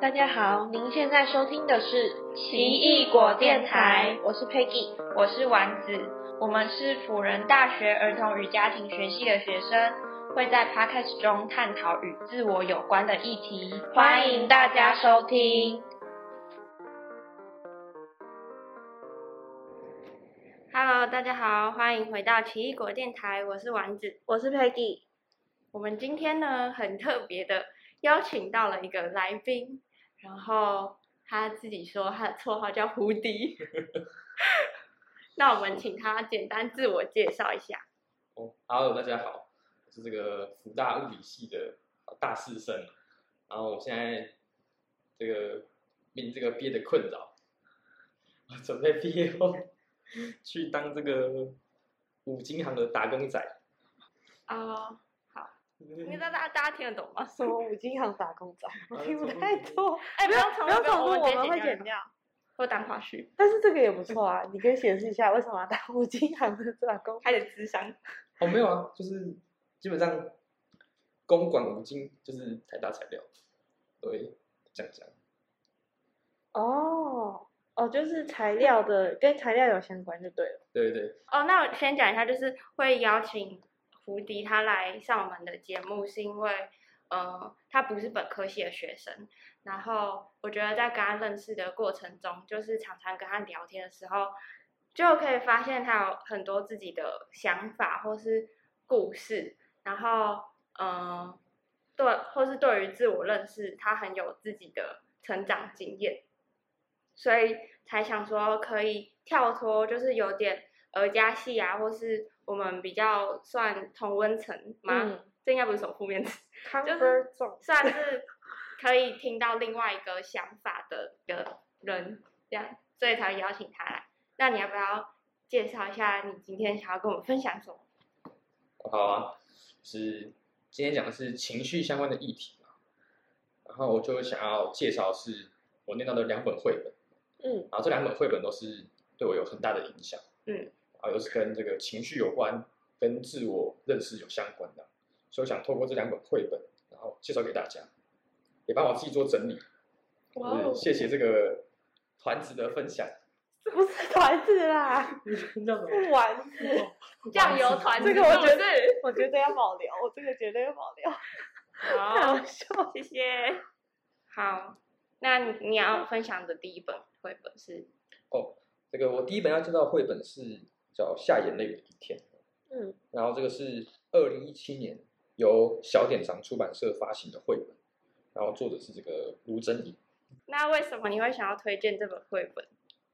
大家好，您现在收听的是奇异果电台， 我是 Peggy， 我是丸子，我们是辅仁大学儿童与家庭学系的学生，会在 Podcast 中探讨与自我有关的议题，欢迎大家收听。Hello， 大家好，欢迎回到奇异果电台，我是丸子， 我是 Peggy。 我们今天呢，很特别的邀请到了一个来宾，然后他自己说他的绰号叫胡迪。那我们请他简单自我介绍一下。 Hello， 大家好，我是这个福大物理系的大四生，然后我现在面临这个毕业的困扰，准备毕业后去当这个五金行的打工仔。 好，应该大家听得懂吗？ 什么五金行打工仔？我听不太懂。 不用重复，我们会剪掉， 或当花絮。 但是这个也不错啊，你可以解释一下为什么要当五金行的打工？ 开始咨商。 没有啊，就是基本上公管五金就是台大材料，对，这样讲。 就是材料的，跟材料有相关就对了。 对。 那我先讲一下，就是会邀请胡迪他来上我们的节目，是因为他不是本科系的学生，然后我觉得在跟他认识的过程中，就是常常跟他聊天的时候，就可以发现他有很多自己的想法或是故事，然后或是对于自我认识，他很有自己的成长经验，所以才想说可以跳脱，就是有点儿家系啊，或是我们比较算同温层吗？这应该不是什么负面词，就是算是可以听到另外一个想法的一个人，这样，所以才邀请他来。那你要不要介绍一下你今天想要跟我们分享什么？ 好啊，是今天讲的是情绪相关的议题嘛，然后我就想要介绍是我念到的2本绘本，然后这2本绘本都是对我有很大的影响，然后又是跟这个情绪有关，跟自我认识有相关的，所以我想透过这2本绘本，然后介绍给大家，也帮我自己做整理。谢谢这个团子的分享。 不是团子啦，丸子， 酱油团子。 这个我觉得要保留，这个绝对要保留。 好，谢谢。好，那你要分享的第一本绘本是？ 这个我第一本要介绍的绘本是叫《下眼泪的一天》。然后这个是2017年由小典藏出版社发行的绘本，然后作者是这个卢真颖。 那为什么你会想要推荐这本绘本？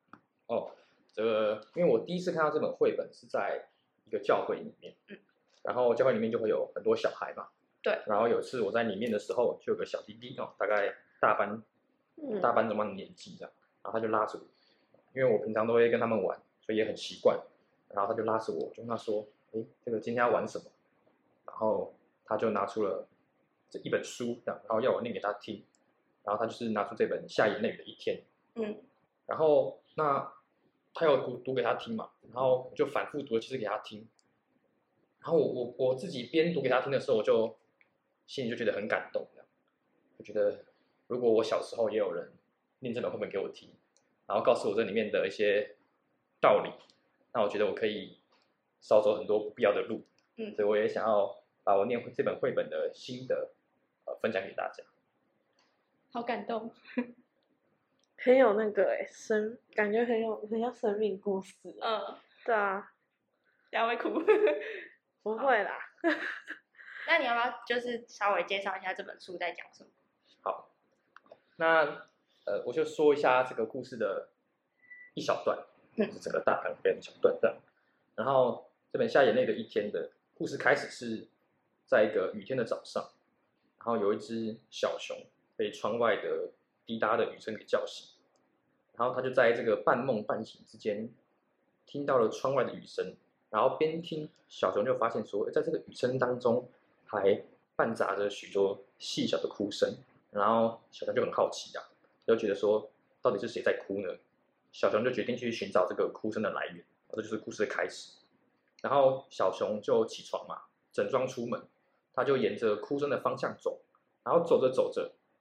因为我第一次看到这本绘本是在一个教会里面，然后教会里面就会有很多小孩嘛， 对。 然后有一次我在里面的时候，就有个小弟弟大概大班中班的年纪这样，然后他就拉着我，因为我平常都会跟他们玩，所以也很习惯，然后他就拉着我，就跟他说，这个今天要玩什么？然后他就拿出了这一本书，然后要我念给他听，然后他就是拿出这本《下眼泪的一天》，然后那他有读给他听嘛，然后我就反复读了几次给他听，然后我自己边读给他听的时候，我就心里就觉得很感动，我觉得如果我小时候也有人念这本绘本给我听，然后告诉我这里面的一些道理，那我觉得我可以少走很多不必要的路，所以我也想要把我念这本绘本的心得分享给大家。 好感动。 很有那个感觉很像生命故事。对啊。 两位哭。 不会啦。 那你要不要就是稍微介绍一下这本书在讲什么？ 好，那我就说一下这个故事的一小段，是整个大纲变一小段这样。然后这本《下眼泪的一天》的故事开始是在一个雨天的早上，然后有一只小熊被窗外的滴答的雨声给叫醒，然后他就在这个半梦半醒之间听到了窗外的雨声，然后边听小熊就发现说，在这个雨声当中还伴杂着许多细小的哭声，然后小熊就很好奇啊，就觉得说到底是谁在哭呢？小熊就决定去寻找这个哭声的来源，这就是故事的开始。然后小熊就起床嘛，整装出门，他就沿着哭声的方向走，然后走着走着，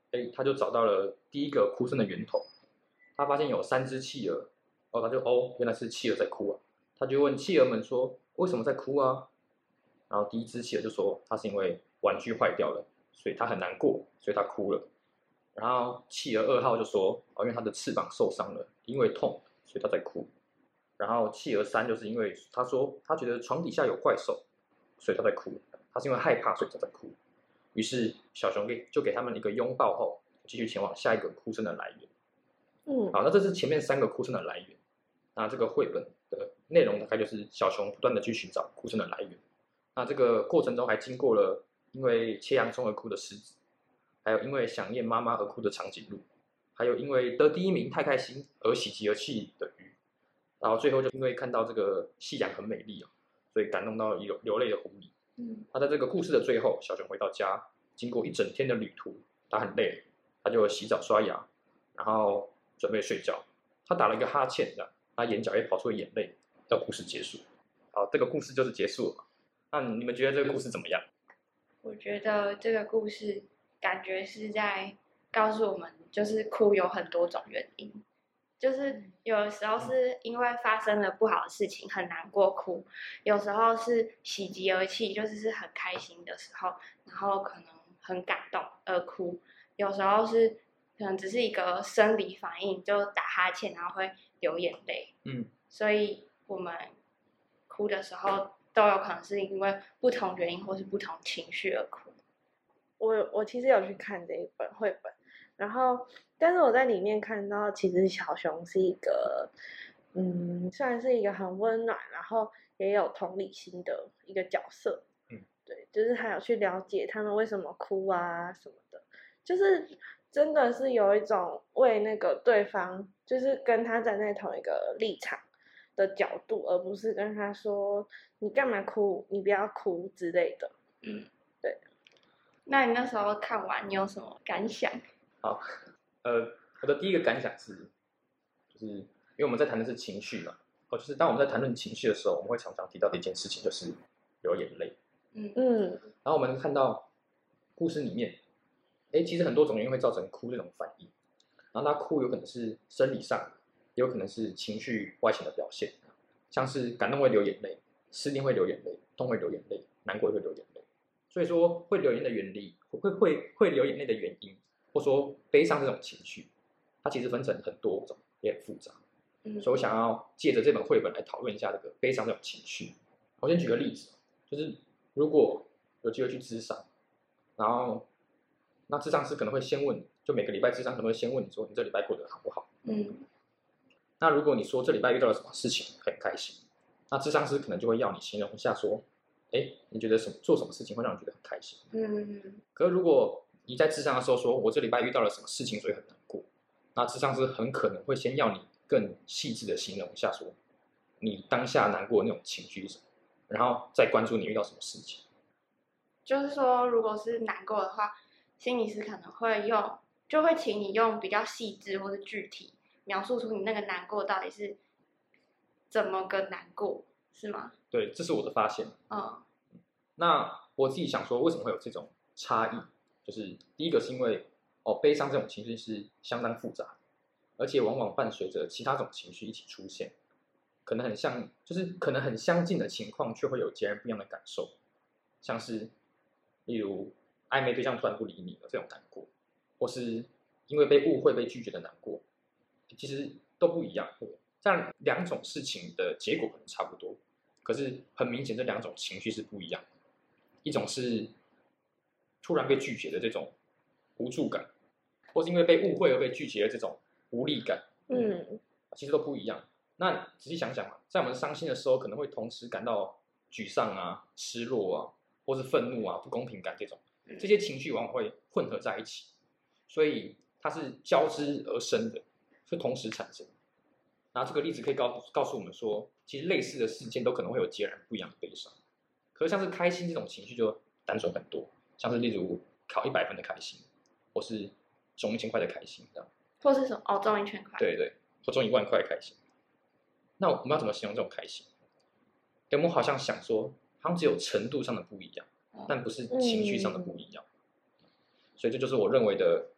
他就找到了第一个哭声的源头。他发现有3只企鹅，他就原来是企鹅在哭啊。他就问企鹅们说为什么在哭啊？然后第一只企鹅就说他是因为玩具坏掉了，所以他很难过，所以他哭了。然后企鹅2号就说因为他的翅膀受伤了，因为痛，所以他在哭。然后企鹅3就是因为他说他觉得床底下有怪兽，所以他在哭。他是因为害怕，所以他在哭。于是小熊就给他们一个拥抱后，继续前往下一个哭声的来源。好，那这是前面3个哭声的来源。那这个绘本的内容大概就是小熊不断的去寻找哭声的来源。那这个过程中还经过了因为切洋葱而哭的狮子，还有因为想念妈妈而哭的长颈鹿，还有因为得第1名太开心而喜极而泣的鱼，然后最后就因为看到这个夕阳很美丽所以感动到流泪的狐狸。那在这个故事的最后，小熊回到家，经过一整天的旅途，他很累了，他就洗澡刷牙，然后准备睡觉。他打了一个哈欠，他眼角也跑出了眼泪，到故事结束。好，这个故事就是结束了。那你们觉得这个故事怎么样？ 我觉得这个故事感觉是在告诉我们，就是哭有很多种原因，就是有时候是因为发生了不好的事情很难过哭，有时候是喜极而泣，就是很开心的时候，然后可能很感动而哭，有时候是可能只是一个生理反应，就打哈欠然后会流眼泪。所以我们哭的时候都有可能是因为不同原因或是不同情绪而哭。 我其实有去看这一本绘本，然后但是我在里面看到，其实小熊是一个算是一个很温暖，然后也有同理心的一个角色。对，就是还有去了解他们为什么哭啊什么的，就是真的是有一种为那个对方，就是跟他站在同一个立场的角度，而不是跟他说你干嘛哭，你不要哭之类的。对。 那你那时候看完你有什么感想？ 好，我的第一个感想是，就是因为我们在谈的是情绪嘛，就是当我们在谈论情绪的时候，我们会常常提到的一件事情就是流眼泪。然后我们看到故事里面，其实很多种原因会造成哭这种反应。然后他哭有可能是生理上，也有可能是情绪外显的表现，像是感动会流眼泪，失恋会流眼泪，痛会流眼泪，难过会流眼泪。所以说会流眼泪的原理，会流眼泪的原因，或说悲伤这种情绪，它其实分成很多种，也很复杂。所以我想要借着这本绘本来讨论一下这个悲伤这种情绪。我先举个例子，就是如果有机会去諮商，然后那諮商师可能会先问你，就每个礼拜諮商可能会先问你说你这礼拜过得好不好。那如果你说这礼拜遇到了什么事情很开心，那諮商师可能就会要你形容一下说，你觉得做什么事情会让你觉得很开心？可是如果你在諮商的时候说我这礼拜遇到了什么事情所以很难过，那諮商师很可能会先要你更细致的形容一下说你当下难过的那种情绪是什么，然后再关注你遇到什么事情。 就是说如果是难过的话，心理师可能就会请你用比较细致或是具体描述出你那个难过到底是怎么个难过，是吗？ 对，这是我的发现。那我自己想说为什么会有这种差异，就是第一个是因为悲伤这种情绪是相当复杂，而且往往伴随着其他种情绪一起出现，可能很相近的情况，却会有截然不一样的感受，像是例如暧昧对象突然不理你了这种难过，或是因为被误会被拒绝的难过，其实都不一样。这样2种事情的结果可能差不多，可是很明显这2种情绪是不一样的。一种是突然被拒绝的这种无助感，或是因为被误会而被拒绝的这种无力感，其实都不一样。那仔细想想嘛，在我们伤心的时候，可能会同时感到沮丧啊、失落啊，或是愤怒啊、不公平感这些情绪往往会混合在一起，所以它是交织而生的，是同时产生。那这个例子可以告诉我们说，其实类似的事件都可能会有截然不一样的悲伤。可是像是开心这种情绪就单纯很多，像是例如考100分的开心，或是中1000块的开心这样， 或是什么中1000块， 对，或中10000块的开心。那我们要怎么形容这种开心？我们好像想说，好像只有程度上的不一样，但不是情绪上的不一样。所以这就是我认为的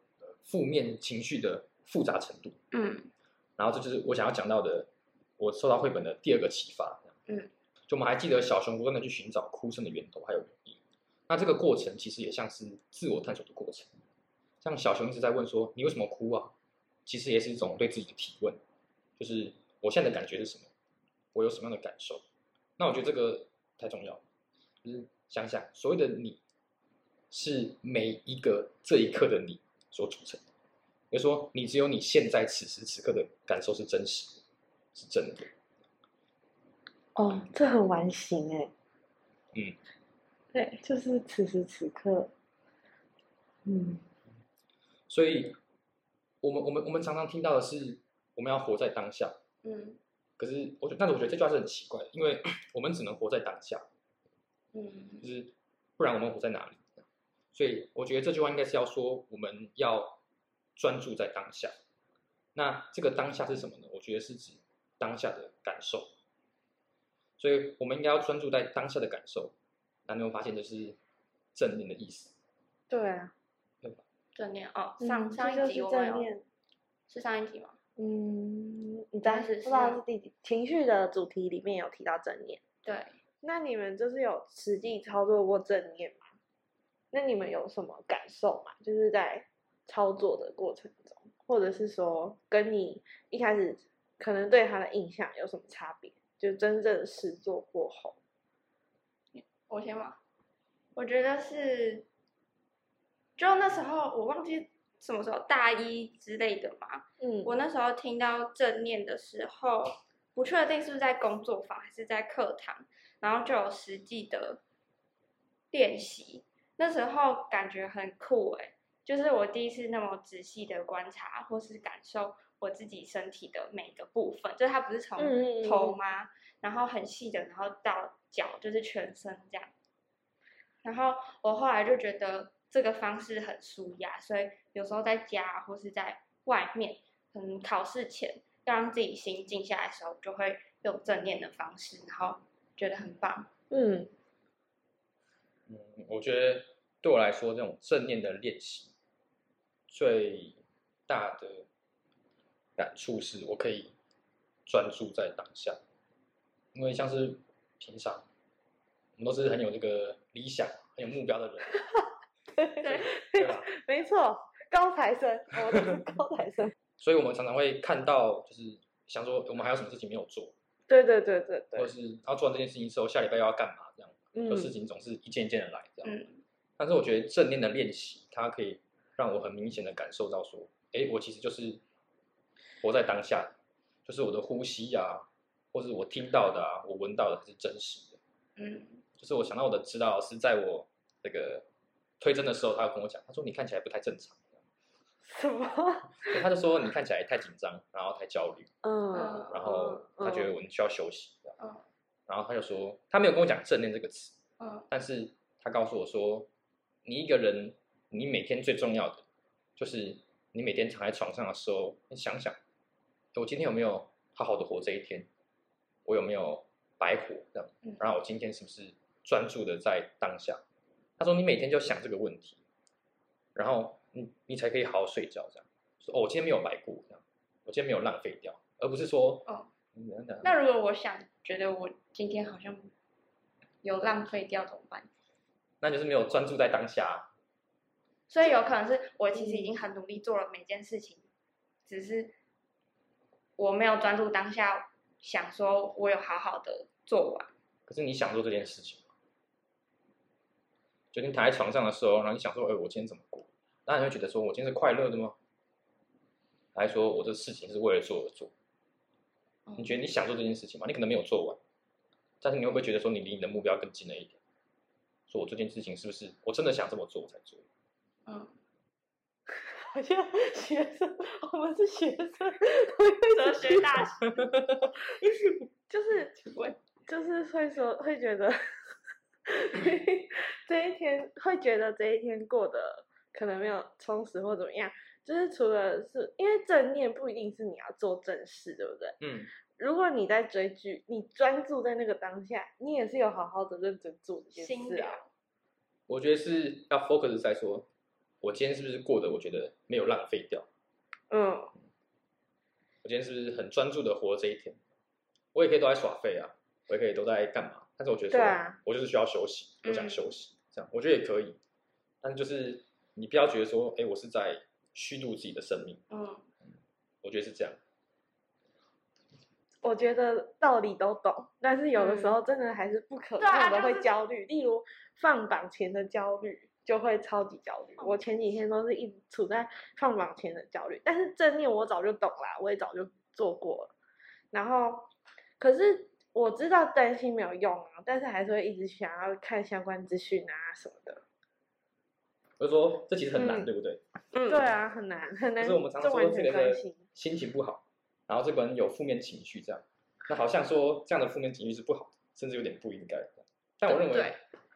负面情绪的复杂程度。 然后这就是我想要讲到的，我受到绘本的第二个启发。就我们还记得小熊不断的去寻找哭声的源头还有原因，那这个过程其实也像是自我探索的过程。像小熊一直在问说你为什么哭啊，其实也是一种对自己的提问，就是我现在的感觉是什么，我有什么样的感受。那我觉得这个太重要了，就是想想所谓的你是每一个这一刻的你所组成的，也就是说你只有你现在此时此刻的感受是真实的，是真的。 这很完形哎。 对， 就是此时此刻。 所以我们常常听到的是我们要活在当下。可是但是我觉得这句话是很奇怪的，因为我们只能活在当下。就是不然我们活在哪里？所以我觉得这句话应该是要说我们要专注在当下。那这个当下是什么呢？我觉得是指当下的感受。所以我们应该要专注在当下的感受。那你会发现这是正念的意思。 对啊， 对吧？ 正念上一集我们有是上一集吗？ 你不知道是第几情绪的主题里面有提到正念。 对。 那你们就是有实际操作过正念吗？那你们有什么感受吗？就是在操作的过程中，或者是说跟你一开始可能对他的印象有什么差别？就真正实做过后。 我先吧，我觉得是，就那时候我忘记什么时候大一之类的嘛。我那时候听到正念的时候，不确定是不是在工作坊还是在课堂，然后就有实际的练习。那时候感觉很酷就是我第一次那么仔细的观察或是感受我自己身体的每个部分，就是它不是从头吗？然后很细的，然后到脚，就是全身这样。然后我后来就觉得这个方式很舒压，所以有时候在家或是在外面，考试前要让自己心静下来的时候，就会用正念的方式，然后觉得很棒。 我觉得对我来说，这种正念的练习最大的感触是我可以专注在当下。因为像是平常我们都是很有这个理想、很有目标的人，对吧？ 没错，高材生，我都是高材生。 所以我们常常会看到，就是想说我们还有什么事情没有做。 对。 或者是要做完这件事情之后，下礼拜又要干嘛？这样，就事情总是一件一件的来，这样。但是我觉得正念的练习，它可以让我很明显的感受到说，我其实就是活在当下，就是我的呼吸啊，或是我听到的啊，我闻到的还是真实的。就是我想到我的指导老师在我这个推甄的时候，他有跟我讲，他说你看起来不太正常。 什么？ 他就说你看起来太紧张，然后太焦虑，然后他觉得我们需要休息，然后他就说他没有跟我讲正念这个词，但是他告诉我说，你一个人，你每天最重要的就是你每天躺在床上的时候，你想想，我今天有没有好好的活这一天？我有没有白活这样？然后我今天是不是专注的在当下？他说你每天就想这个问题，然后你才可以好好睡觉这样。说我今天没有白过这样，我今天没有浪费掉，而不是说那如果我觉得我今天好像有浪费掉怎么办？ 那就是没有专注在当下。 所以有可能是我其实已经很努力做了每件事情，只是我没有专注当下，想说我有好好的做完。 可是你想做这件事情吗？就你躺在床上的时候，然后你想说，我今天怎么过？那你会觉得说我今天是快乐的吗？还是说我这事情是为了做而做？你觉得你想做这件事情吗？你可能没有做完，但是你会不会觉得说你离你的目标更近了一点？说我这件事情是不是我真的想这么做才做？ 好像学生，我们是学生， 哲学大师， 就是会觉得这一天会觉得这一天过得可能没有充实或怎么样，就是除了是因为正念不一定是你要做正事，对不对？如果你在追剧，你专注在那个当下，你也是有好好的认真做这件事啊。 我觉得是要 focus 在说我今天是不是过得我觉得没有浪费掉？我今天是不是很专注的活这一天？我也可以都在耍废啊，我也可以都在干嘛？但是我觉得说，我就是需要休息，我想休息，这样我觉得也可以。但就是你不要觉得说，我是在虚度自己的生命。我觉得是这样。 我觉得道理都懂，但是有的时候真的还是不可控的会焦虑，例如放榜前的焦虑就会超级焦虑。我前几天都是一直处在放榜前的焦虑，但是正念我早就懂啦，我也早就做过了。然后，可是我知道担心没有用啊，但是还是会一直想要看相关资讯啊什么的。 我就说这其实很难，对不对？ 对啊，很难很难。 就是我们常说这个的心情不好，然后这个人有负面情绪，这样，那好像说这样的负面情绪是不好的，甚至有点不应该。但我认为，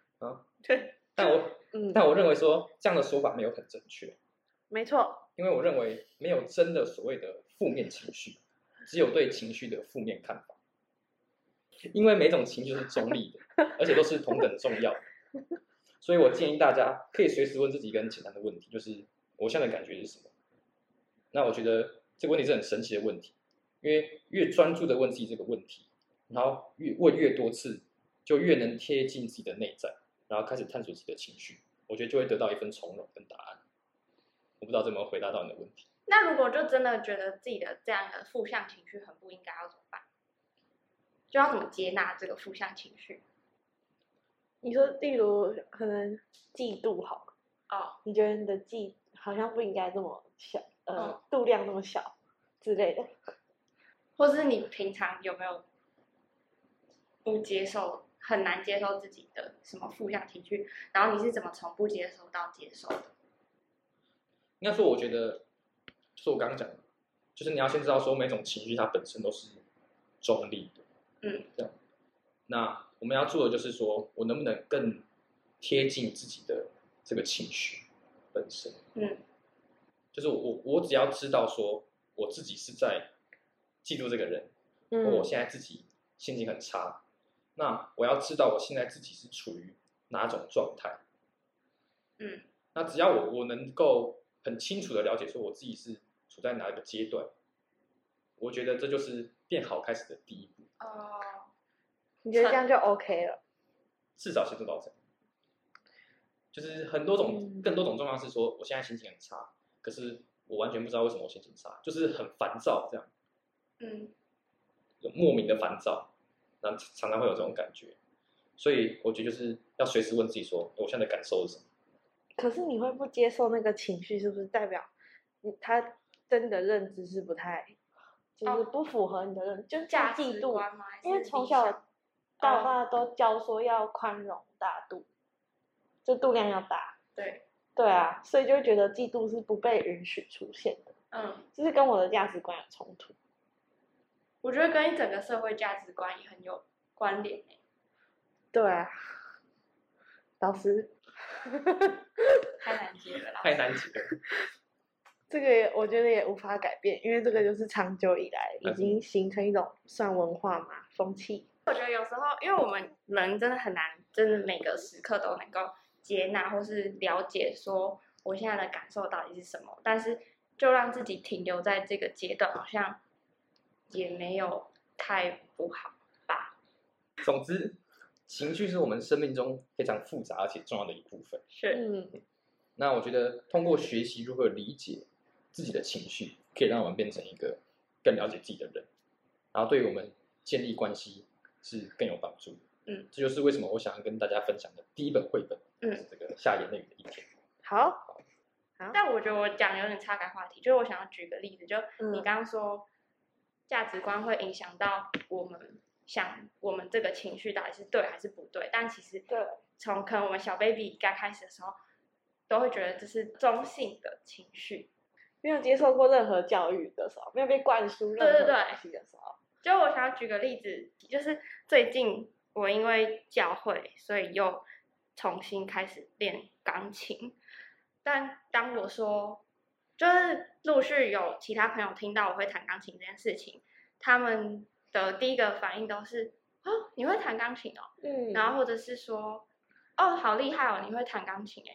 但我认为说这样的说法没有很正确。 没错， 因为我认为没有真的所谓的负面情绪，只有对情绪的负面看法。因为每种情绪是中立的，而且都是同等重要的。所以我建议大家可以随时问自己一个很简单的问题，就是我现在的感觉是什么？那我觉得这个问题是很神奇的问题，因为越专注的问自己这个问题，然后问越多次，就越能贴近自己的内在，然后开始探索自己的情绪，我觉得就会得到一份从容跟答案。我不知道这有没有回答到你的问题。 那如果就真的觉得自己的这样的负向情绪很不应该，要怎么办？就要怎么接纳这个负向情绪？ 你说，例如可能嫉妒好了，你觉得你的嫉好像不应该这么小，度量那么小之类的， 或是你平常有没有不接受、很难接受自己的什么负向情绪？然后你是怎么从不接受到接受的？ 应该说，我觉得就是我刚刚讲的，就是你要先知道说每种情绪它本身都是中立的，这样。那我们要做的就是说，我能不能更贴近自己的这个情绪本身？就是我只要知道说我自己是在嫉妒这个人，我现在自己心情很差，那我要知道我现在自己是处于哪种状态。那只要我能够很清楚的了解说我自己是处在哪一个阶段，我觉得这就是变好开始的第一步。 你觉得这样就 OK 了？ 至少先做到这样。就是很多种、更多种状况是说，我现在心情很差，可是我完全不知道为什么我心情差，就是很烦躁这样。有莫名的烦躁，然后常常会有这种感觉。所以我觉得就是要随时问自己说，我现在的感受是什么？ 可是你会不接受那个情绪，是不是代表他真的认知是不太，就是不符合你的认知，就是价嫉妒值观吗？ 因为从小到大都教说要宽容大度，就度量要大。对啊，所以就会觉得嫉妒是不被允许出现的。就是跟我的价值观有冲突。 我觉得跟一整个社会价值观也很有关联。 对啊，老师。 太难解了， 太难解了。 这个我觉得也无法改变，因为这个就是长久以来已经形成一种算文化嘛风气。 我觉得有时候，因为我们人真的很难，真的每个时刻都能够接纳或是了解说我现在的感受到底是什么，但是就让自己停留在这个阶段，好像也没有太不好吧。 总之，情绪是我们生命中非常复杂而且重要的一部分。那我觉得通过学习如何理解自己的情绪，可以让我们变成一个更了解自己的人，然后对于我们建立关系是更有帮助的。这就是为什么我想要跟大家分享的第一本绘本，是这个夏言内语的一天。 好。 但我觉得我讲有点岔开话题，就是我想要举个例子，就你刚刚说价值观会影响到我们想我们这个情绪到底是对还是不对，但其实从可能我们小 baby 刚开始的时候，都会觉得这是中性的情绪， 没有接受过任何教育的时候，没有被灌输任何东西的时候。 就我想要举个例子，就是最近我因为教会，所以又重新开始练钢琴。但当我说，就是陆续有其他朋友听到我会弹钢琴这件事情，他们的第一个反应都是你会弹钢琴哦，然后或者是说好厉害哦，你会弹钢琴哎，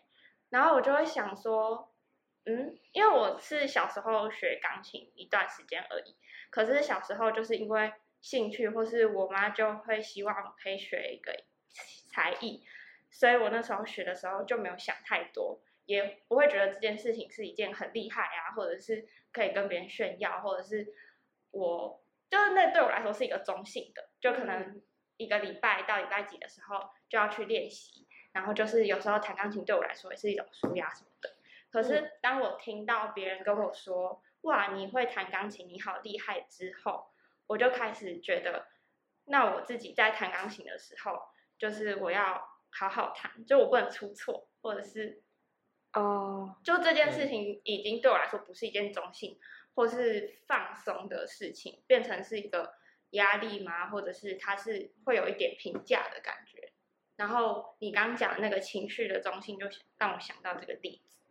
然后我就会想说，因为我是小时候学钢琴一段时间而已，可是小时候就是因为兴趣，或是我妈就会希望我可以学一个才艺，所以我那时候学的时候就没有想太多，也不会觉得这件事情是一件很厉害啊，或者是可以跟别人炫耀，或者是就是那对我来说是一个中性的，就可能一个礼拜到礼拜几的时候就要去练习，然后就是有时候弹钢琴对我来说也是一种舒压什么的。可是当我听到别人跟我说“哇，你会弹钢琴，你好厉害”之后，我就开始觉得，那我自己在弹钢琴的时候，就是我要好好弹，就我不能出错，或者是就这件事情已经对我来说不是一件中性或是放松的事情，变成是一个压力吗？或者是它是会有一点评价的感觉。然后你刚刚讲的那个情绪的中性，就让我想到这个例子。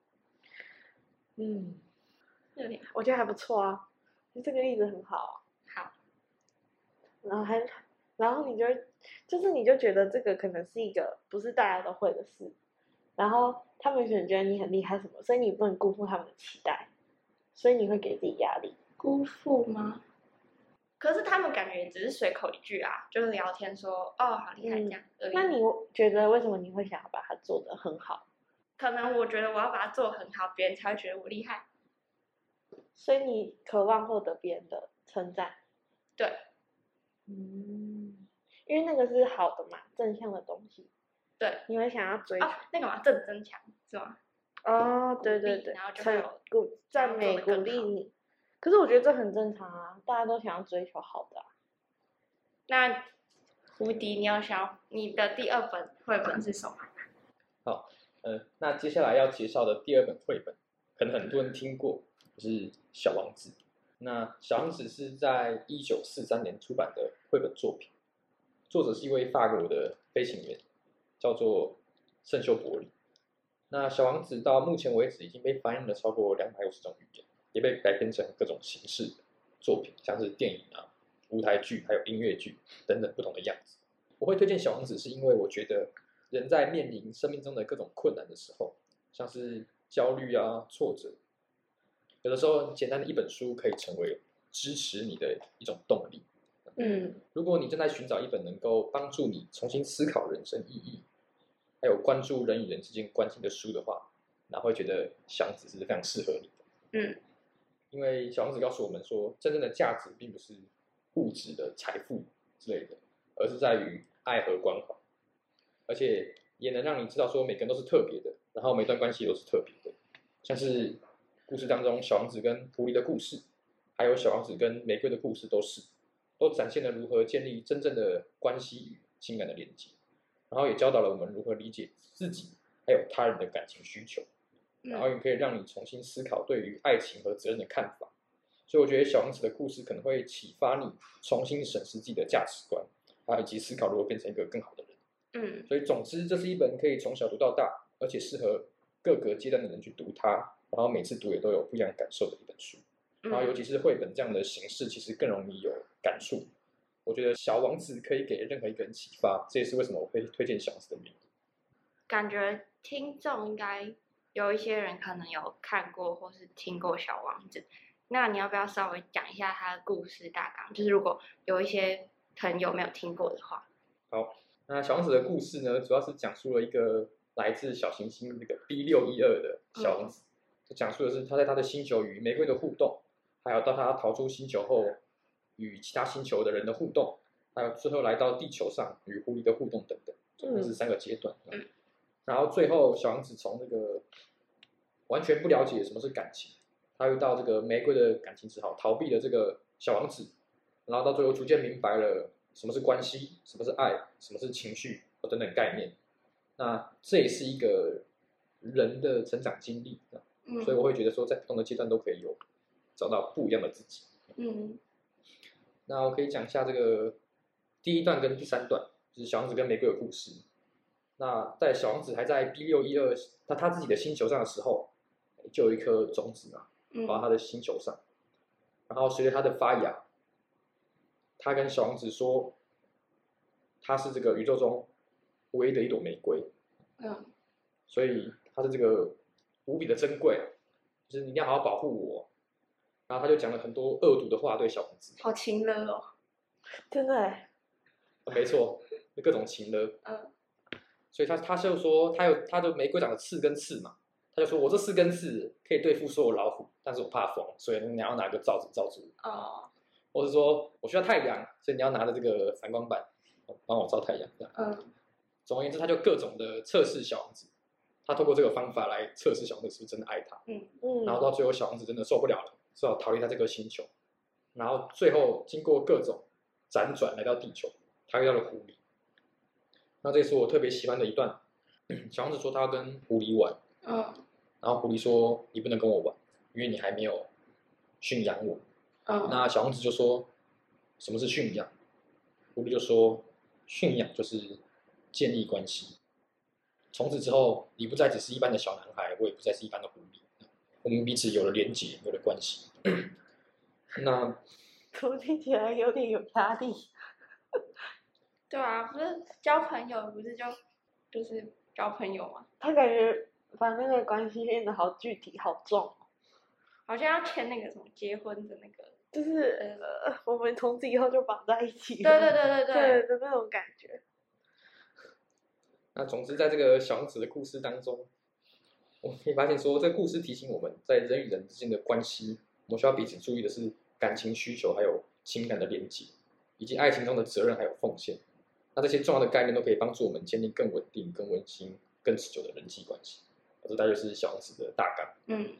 我觉得还不错啊，这个例子很好。 好， 然后你就觉得这个可能是一个不是大家都会的事，然后他们可能觉得你很厉害什么，所以你不能辜负他们的期待，所以你会给自己压力。 辜负吗？可是他们感觉也只是随口一句啊，就是聊天说哦好厉害这样而已。 那你觉得为什么你会想要把它做得很好？ 可能我觉得我要把它做得很好，别人才会觉得我厉害。 所以你渴望获得别人的称赞。 对， 因为那个是好的嘛，正向的东西。 对， 你会想要追求那个嘛，正增强是吗？ 对， 然后就会有赞美鼓励你。可是我觉得这很正常啊，大家都想要追求好的啊。 那胡迪，你的第二本绘本是什么？ 好，那接下来要介绍的第二本绘本，可能很多人听过，就是《小王子》。那《小王子》是在1943年出版的绘本作品，作者是一位法国的飞行员，叫做圣修伯里。那《小王子》到目前为止已经被翻译了超过250种语言，也被改编成各种形式的作品，像是电影啊、舞台剧，还有音乐剧等等不同的样子。我会推荐《小王子》，是因为我觉得人在面临生命中的各种困难的时候，像是焦虑啊、挫折，有的时候简单的一本书可以成为支持你的一种动力。如果你正在寻找一本能够帮助你重新思考人生意义，还有关注人与人之间关系的书的话，那会觉得《小王子》是非常适合你的。因为《小王子》告诉我们说，真正的价值并不是物质的财富之类的，而是在于爱和关怀，而且也能让你知道说每个人都是特别的，然后每段关系都是特别的，像是故事当中小王子跟狐狸的故事，还有小王子跟玫瑰的故事都展现了如何建立真正的关系与情感的连接，然后也教导了我们如何理解自己还有他人的感情需求，然后也可以让你重新思考对于爱情和责任的看法。所以我觉得小王子的故事可能会启发你重新审视自己的价值观，以及思考如何变成一个更好的人。所以总之这是一本可以从小读到大，而且适合各个阶段的人去读它，然后每次读也都有不一样感受的一本书。然后尤其是绘本这样的形式，其实更容易有感触。我觉得小王子可以给任何一个人启发，这也是为什么我会推荐小王子的原因。 感觉听众应该有一些人可能有看过或是听过小王子，那你要不要稍微讲一下他的故事大纲？就是如果有一些朋友没有听过的话。 好，那小王子的故事呢，主要是讲述了一个来自小行星这个 B612的小王子，讲述的是他在他的星球与玫瑰的互动，还有到他逃出星球后与其他星球的人的互动，还有最后来到地球上与狐狸的互动等等，总共是3个阶段。然后最后小王子从这个完全不了解什么是感情，他遇到这个玫瑰的感情只好逃避了这个小王子，然后到最后逐渐明白了什么是关系，什么是爱，什么是情绪等等概念。那这也是一个人的成长经历，所以我会觉得说在不同的阶段都可以找到不一样的自己。那我可以讲一下这个第1段跟第3段，就是小王子跟玫瑰的故事。那在小王子还在 B612 他自己的星球上的时候，就有一颗种子嘛，跑到他的星球上，然后随着他的发芽，他跟小王子说，他是这个宇宙中唯一的一朵玫瑰。所以它是这个无比的珍贵，就是你一定要好好保护我。然后他就讲了很多恶毒的话对小王子， 好情勒哦。 真的耶， 没错，各种情勒。所以他就说他的玫瑰长的刺跟刺嘛，他就说我这4根刺可以对付所有老虎，但是我怕风，所以你要拿个罩子罩住。或者说我需要太阳，所以你要拿着这个反光板帮我照太阳。这样。总而言之，他就各种的测试小王子，他透过这个方法来测试小王子是不是真的爱他。然后到最后，小王子真的受不了了，只好逃离他这个星球。然后最后经过各种辗转来到地球，他遇到了狐狸。那这也是我特别喜欢的一段。小王子说他要跟狐狸玩，然后狐狸说你不能跟我玩，因为你还没有驯养我。那小王子就说什么是驯养？狐狸就说驯养就是建立关系。从此之后，你不再只是一般的小男孩，我也不再是一般的狐狸，我们彼此有了连结，有了关系。那怎么听起来有点有压力？ 对啊，不是交朋友，不是就是交朋友吗？ 他感觉把那个关系变得好具体、好重， 好像要签那个什么结婚的那个， 就是我们从此以后就绑在一起了。 对对的那种感觉。 那总之，在这个小王子的故事当中，我们可以发现说，这个故事提醒我们在人与人之间的关系，我们需要彼此注意的是感情需求，还有情感的连结，以及爱情中的责任还有奉献。那这些重要的概念都可以帮助我们建立更稳定、更温馨、更持久的人际关系。这大概就是小王子的大纲。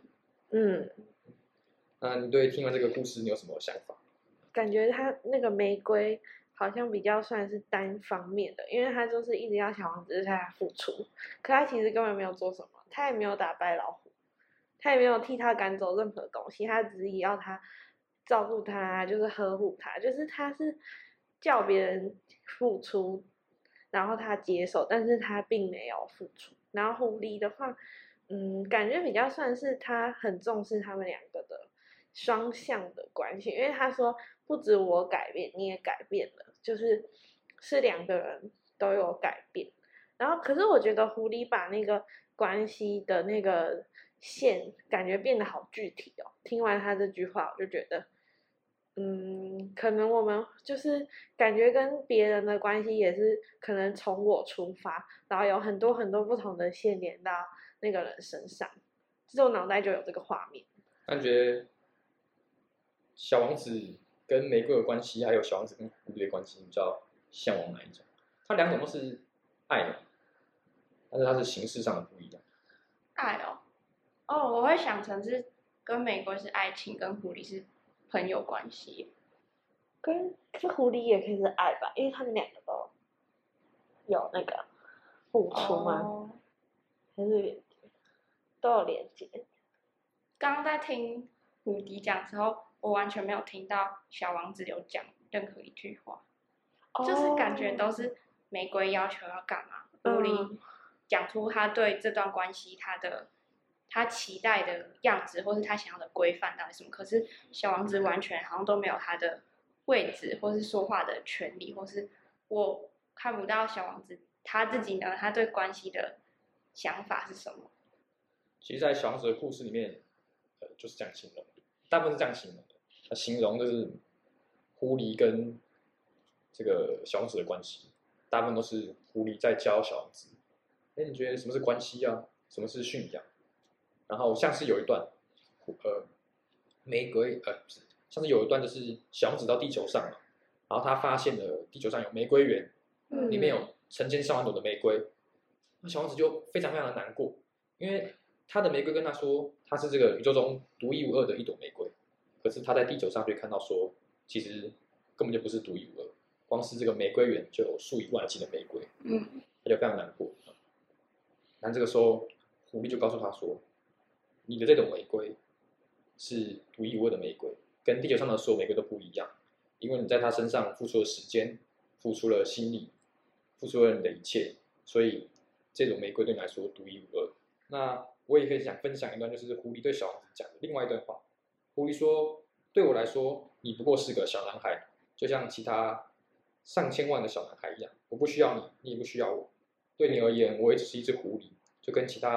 那你对听完这个故事，你有什么想法？ 感觉他那个玫瑰好像比较算是单方面的，因为他就是一直要小王子向他付出，可他其实根本没有做什么，他也没有打败老虎，他也没有替他赶走任何东西，他只是要他照顾他，就是呵护他，就是他是叫别人付出，然后他接受，但是他并没有付出。然后狐狸的话，感觉比较算是他很重视他们两个的双向的关系，因为他说不止我改变，你也改变了，是2个人都有改变。然后，可是我觉得狐狸把那个关系的那个线感觉变得好具体哦。听完他这句话，我就觉得，可能我们就是感觉跟别人的关系也是可能从我出发，然后有很多很多不同的线连到那个人身上，就是我脑袋就有这个画面。 感觉小王子跟玫瑰的关系，还有小王子跟狐狸的关系，你比较向往哪一种？它2种都是爱嘛，但是它是形式上的不一样。 爱我会想成是跟玫瑰是爱情，跟狐狸是朋友关系。 跟狐狸也可以是爱吧，因为他们2个都有那个付出吗？还是都有连接？ 刚刚在听胡迪讲的时候，我完全没有听到小王子有讲任何一句话，就是感觉都是玫瑰要求要干嘛，狐狸讲出他对这段关系他期待的样子，或是他想要的规范到底什么。可是小王子完全好像都没有他的位置，或是说话的权利，或是我看不到小王子他自己呢，他对关系的想法是什么？ 其实，在小王子的故事里面，就是这样形容的，大部分是这样形容的。他形容就是狐狸跟这个小王子的关系，大部分都是狐狸在教小王子。你觉得什么是关系啊？什么是驯养？然后像是有一段，玫瑰不是，像是有一段就是小王子到地球上嘛，然后他发现了地球上有玫瑰园，里面有成千上万朵的玫瑰，那小王子就非常非常的难过，因为他的玫瑰跟他说他是这个宇宙中独一无二的一朵玫瑰，可是他在地球上就看到说，其实根本就不是独一无二，光是这个玫瑰园就有数以万计的玫瑰，他就非常难过。但这个时候，狐狸就告诉他说：“你的这朵玫瑰是独一无二的玫瑰，跟地球上的所有玫瑰都不一样，因为你在它身上付出了时间，付出了心力，付出了你的一切，所以这种玫瑰对你来说独一无二。”那我也可以想分享一段，就是狐狸对小王子讲的另外一段话。狐狸说：“对我来说，你不过是个小男孩，就像其他上千万的小男孩一样，我不需要你，你也不需要我。对你而言，我也只是一只狐狸，就跟其他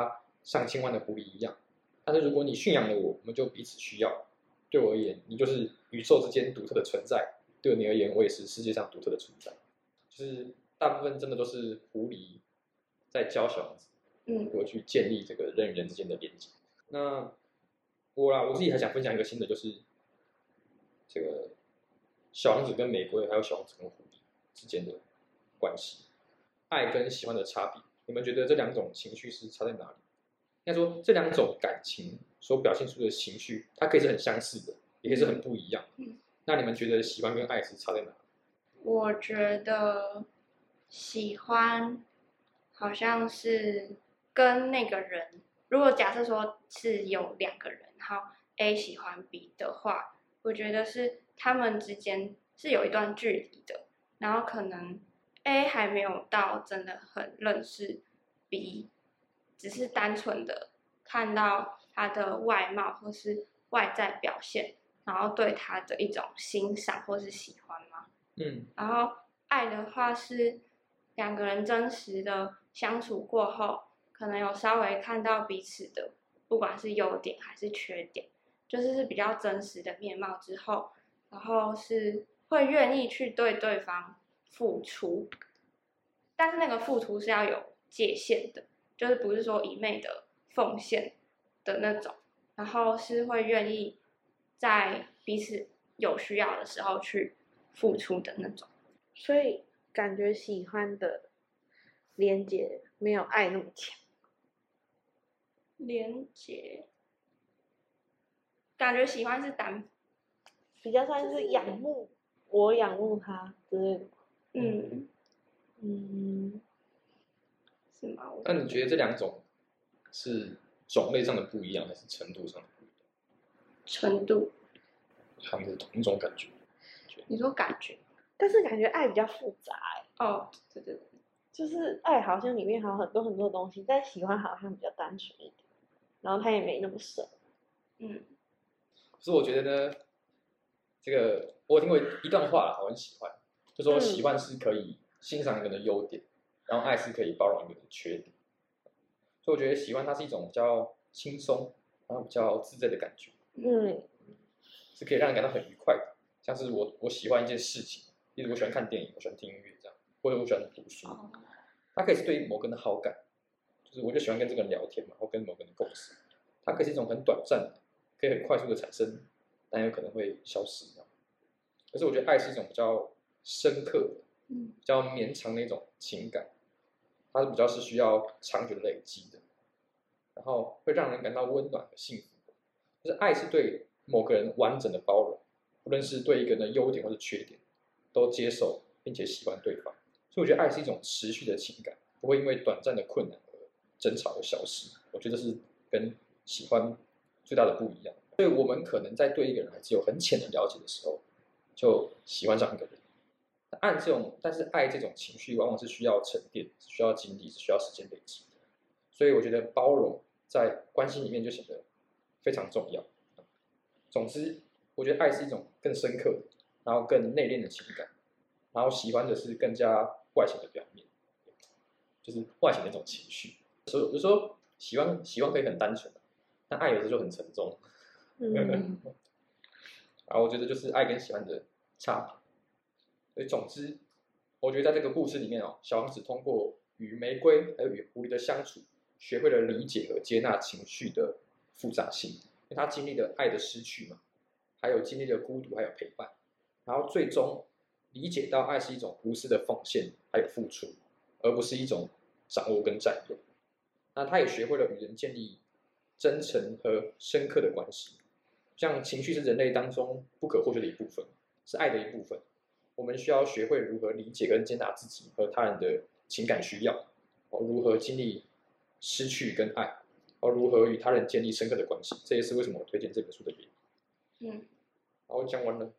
上千万的狐狸一样。但是如果你驯养了我，我们就彼此需要。对我而言，你就是宇宙之间独特的存在；对你而言，我也是世界上独特的存在。就是大部分真的都是狐狸在教小王子，如何去建立这个人与人之间的连接。那我自己还想分享一个新的，就是这个小王子跟玫瑰，还有小王子跟狐狸之间的关系，爱跟喜欢的差别。你们觉得这两种情绪是差在哪里？应该说，这两种感情所表现出的情绪，它可以是很相似的，也可以是很不一样的。那你们觉得喜欢跟爱是差在哪里？ 我觉得喜欢好像是跟那个人，如果假设说是有2个人，然后 A 喜欢 B 的话，我觉得是他们之间是有一段距离的，然后可能 A 还没有到真的很认识 B， 只是单纯的看到他的外貌或是外在表现，然后对他的一种欣赏或是喜欢吗？然后爱的话是2个人真实的相处过后，可能有稍微看到彼此的，不管是优点还是缺点，就是比较真实的面貌之后，然后是会愿意去对对方付出，但是那个付出是要有界限的，就是不是说一昧的奉献的那种，然后是会愿意在彼此有需要的时候去付出的那种。 所以感觉喜欢的连结没有爱那么强。 连结，感觉喜欢是比较算是仰慕，我仰慕他之类的。 是吗？ 那你觉得这两种是种类上的不一样，还是程度上的不一样？ 程度， 他们是同一种感觉。 你说感觉？ 但是感觉爱比较复杂哦，对， 就是爱好像里面还有很多很多东西，但喜欢好像比较单纯一点，然后它也没那么深。 可是我觉得呢，这个我有听过一段话啦，我很喜欢，就说喜欢是可以欣赏一个人的优点，然后爱是可以包容一个人的缺点。所以我觉得喜欢它是一种比较轻松，然后比较自在的感觉，是可以让人感到很愉快的。像是我喜欢一件事情，例如我喜欢看电影，我喜欢听音乐这样，或者我喜欢读书，它可以是对某个人的好感，就是我就喜欢跟这个人聊天嘛，或跟某个人共识。它可以是一种很短暂的，可以很快速的产生，但有可能会消失。可是我觉得爱是一种比较深刻的、比较绵长的一种情感，它是比较是需要长久的累积的，然后会让人感到温暖和幸福。就是爱是对某个人完整的包容，无论是对一个人的优点或者缺点，都接受并且喜欢对方。所以我觉得爱是一种持续的情感，不会因为短暂的困难而争吵而消失。我觉得是跟喜欢最大的不一样。所以我们可能在对一个人还只有很浅的了解的时候，就喜欢上一个人。但是爱这种情绪往往是需要沉淀，需要经历，是需要时间累积的。所以我觉得包容在关系里面就显得非常重要。总之，我觉得爱是一种更深刻的，然后更内敛的情感，然后喜欢的是更加外显的表面，就是外显的一种情绪。有时候喜欢可以很单纯，但爱有时就很沉重。然后我觉得就是爱跟喜欢的差别。所以总之，我觉得在这个故事里面小王子通过与玫瑰还有与狐狸的相处，学会了理解和接纳情绪的复杂性。因为他经历了爱的失去嘛，还有经历了孤独，还有陪伴，然后最终理解到爱是一种无私的奉献还有付出，而不是一种掌握跟占有。那他也学会了与人建立真诚和深刻的关系。像情绪是人类当中不可或缺的一部分，是爱的一部分。我们需要学会如何理解跟接纳自己和他人的情感需要，如何经历失去跟爱，如何与他人建立深刻的关系。这也是为什么我推荐这本书的原因。好，我讲完了。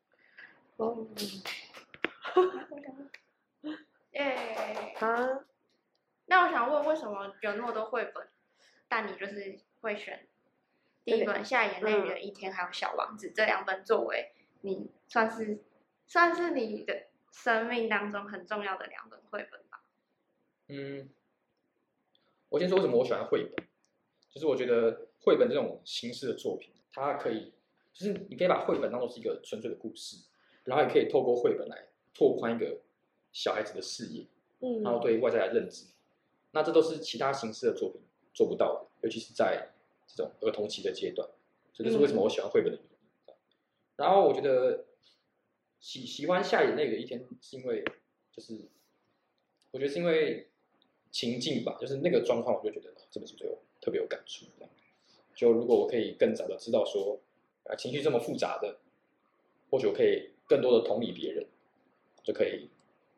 耶！那我想问，为什么有那么多绘本，但你就是会选第一本《下眼泪雨的一天》还有《小王子》这2本作为你算是你的生命当中很重要的2本绘本吧？ 我先说为什么我喜欢绘本。 就是我觉得绘本这种形式的作品，它可以，就是你可以把绘本当作是一个纯粹的故事，然后也可以透过绘本来拓宽一个小孩子的视野，然后对外在的认知。那这都是其他形式的作品做不到的，尤其是在这种儿童期的阶段。所以这是为什么我喜欢绘本的原因。然后我觉得喜欢下眼泪的一天，是因为就是我觉得是因为情境吧，就是那个状况，我就觉得这本书对我特别有感触。就如果我可以更早的知道说，情绪这么复杂的，或许我可以更多的同理别人，就可以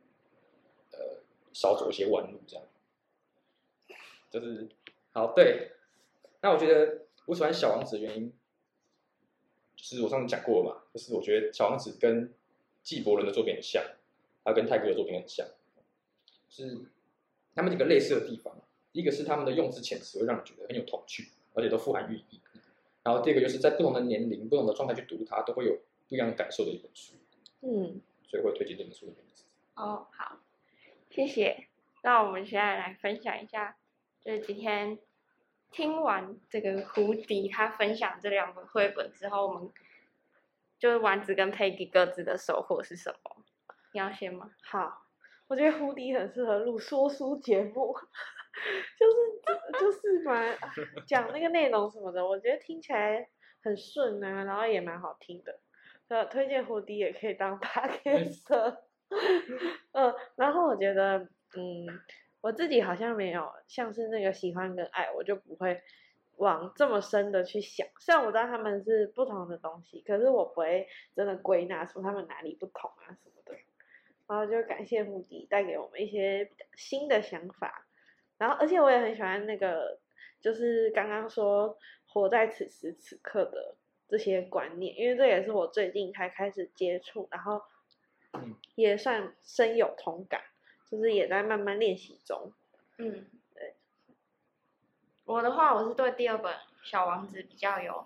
少走一些弯路，这样。就是好对。那我觉得我喜欢小王子的原因，就是我上次讲过了嘛，就是我觉得小王子跟纪伯伦的作品很像，还有跟泰戈尔的作品很像，就是他们几个类似的地方。第一个是他们的用字遣词会让你觉得很有童趣，而且都富含寓意。然后第二个就是在不同的年龄、不同的状态去读它，都会有不一样的感受的一本书。所以会推荐这本书的名字。 好，谢谢。那我们现在来分享一下，就是今天听完这个胡迪他分享这2本绘本之后，我们就是丸子跟 Peggy 各自的收获是什么？你要先吗？ 好，我觉得胡迪很适合录说书节目，就是蛮讲那个内容什么的，我觉得听起来很顺啊，然后也蛮好听的。推荐胡迪也可以当 podcast。然后我觉得，我自己好像没有像是那个喜欢跟爱，我就不会往这么深的去想。虽然我知道他们是不同的东西，可是我不会真的归纳出他们哪里不同啊什么的。然后就感谢胡迪带给我们一些新的想法。然后而且我也很喜欢那个，就是刚刚说活在此时此刻的这些观念，因为这也是我最近才开始接触，然后也算深有同感，就是也在慢慢练习中。 对。我的话，我是对第2本《小王子》比较有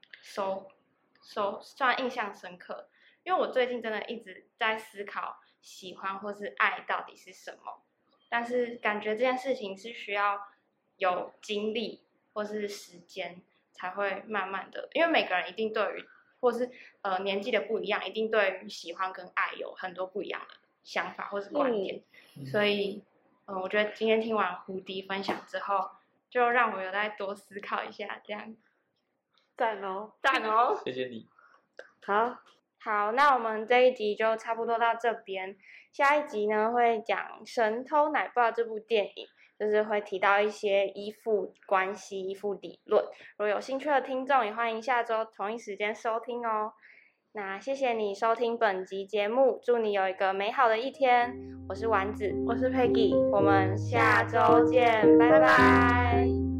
算印象深刻，因为我最近真的一直在思考喜欢或是爱到底是什么，但是感觉这件事情是需要有精力或是时间才会慢慢的，因为每个人一定对于或是年纪的不一样，一定对于喜欢跟爱有很多不一样的想法或是观点，所以我觉得今天听完胡迪分享之后，就让我有再多思考一下，这样。 赞哦！ 谢谢你。 好，那我们这一集就差不多到这边。下一集呢会讲《神偷奶爸》这部电影，就是会提到一些依附关系、依附理论。如果有兴趣的听众，也欢迎下周同一时间收听哦。那谢谢你收听本集节目，祝你有一个美好的一天。我是丸子， 我是 Peggy， 我们下周见，拜拜。